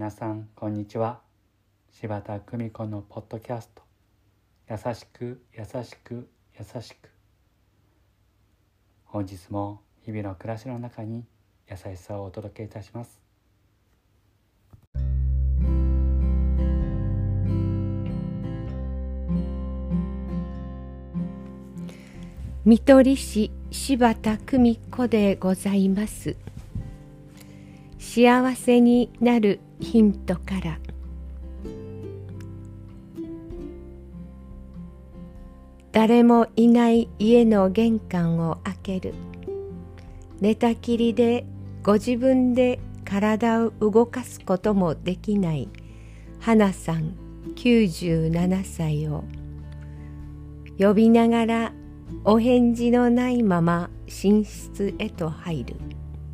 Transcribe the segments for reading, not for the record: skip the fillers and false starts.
皆さんこんにちは。柴田久美子のポッドキャスト、優しく優しく優しく。本日も日々の暮らしの中に優しさをお届けいたします。 看取り師柴田久美子でございます。幸せになるヒントから。誰もいない家の玄関を開ける。寝たきりでご自分で体を動かすこともできない花さん97歳を呼びながらお返事のないまま寝室へと入る。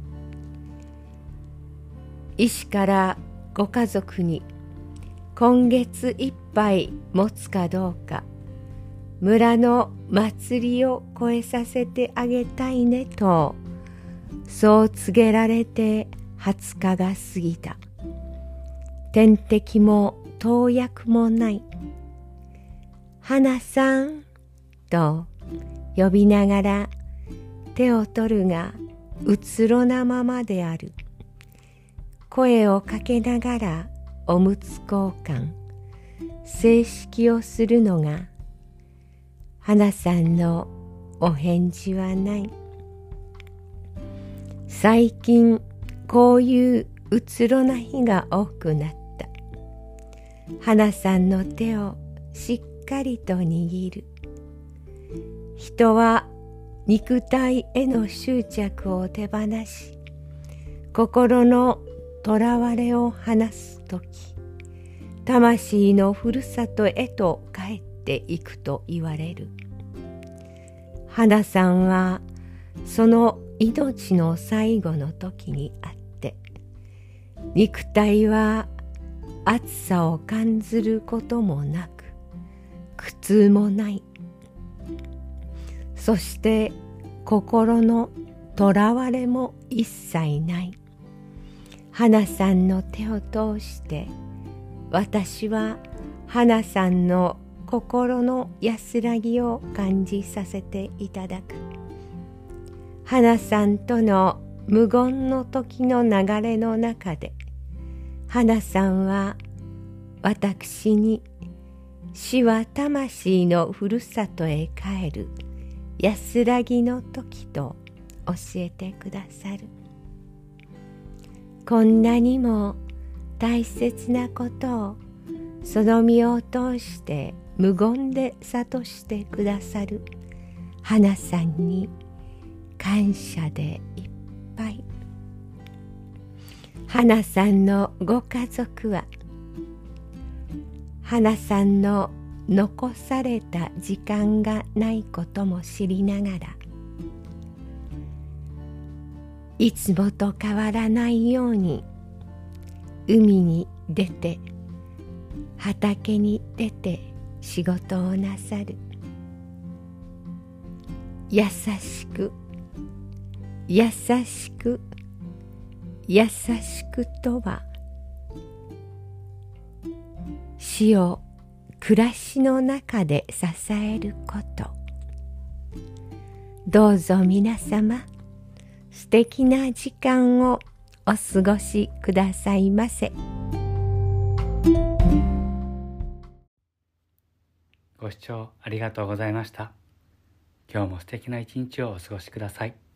医師からご家族に今月いっぱい持つかどうか村の祭りを越えさせてあげたいねとそう告げられて20日が過ぎた。点滴も投薬もない。花さんと呼びながら手を取るがうつろなままである。声をかけながらおむつ交換、正式をするのが花さんのお返事はない。最近こういううつろな日が多くなった。花さんの手をしっかりと握る。人は肉体への執着を手放し、心のとらわれを離すとき、魂のふるさとへと帰っていくと言われる。花さんはその命の最後の時にあって、肉体は暑さを感じることもなく、苦痛もない。そして心のとらわれも一切ない。花さんの手を通して私は花さんの心の安らぎを感じさせていただく。花さんとの無言の時の流れの中で花さんは私に死は魂のふるさとへ帰る安らぎの時と教えてくださる。こんなにも大切なことをその身を通して無言で諭してくださる花さんに感謝でいっぱい。花さんのご家族は花さんの残された時間がないことも知りながら、いつもと変わらないように海に出て畑に出て仕事をなさる。優しく優しく優しくとは、死を暮らしの中で支えること。どうぞ皆様素敵な時間をお過ごしくださいませ。 ご視聴ありがとうございました。今日も素敵な一日をお過ごしください。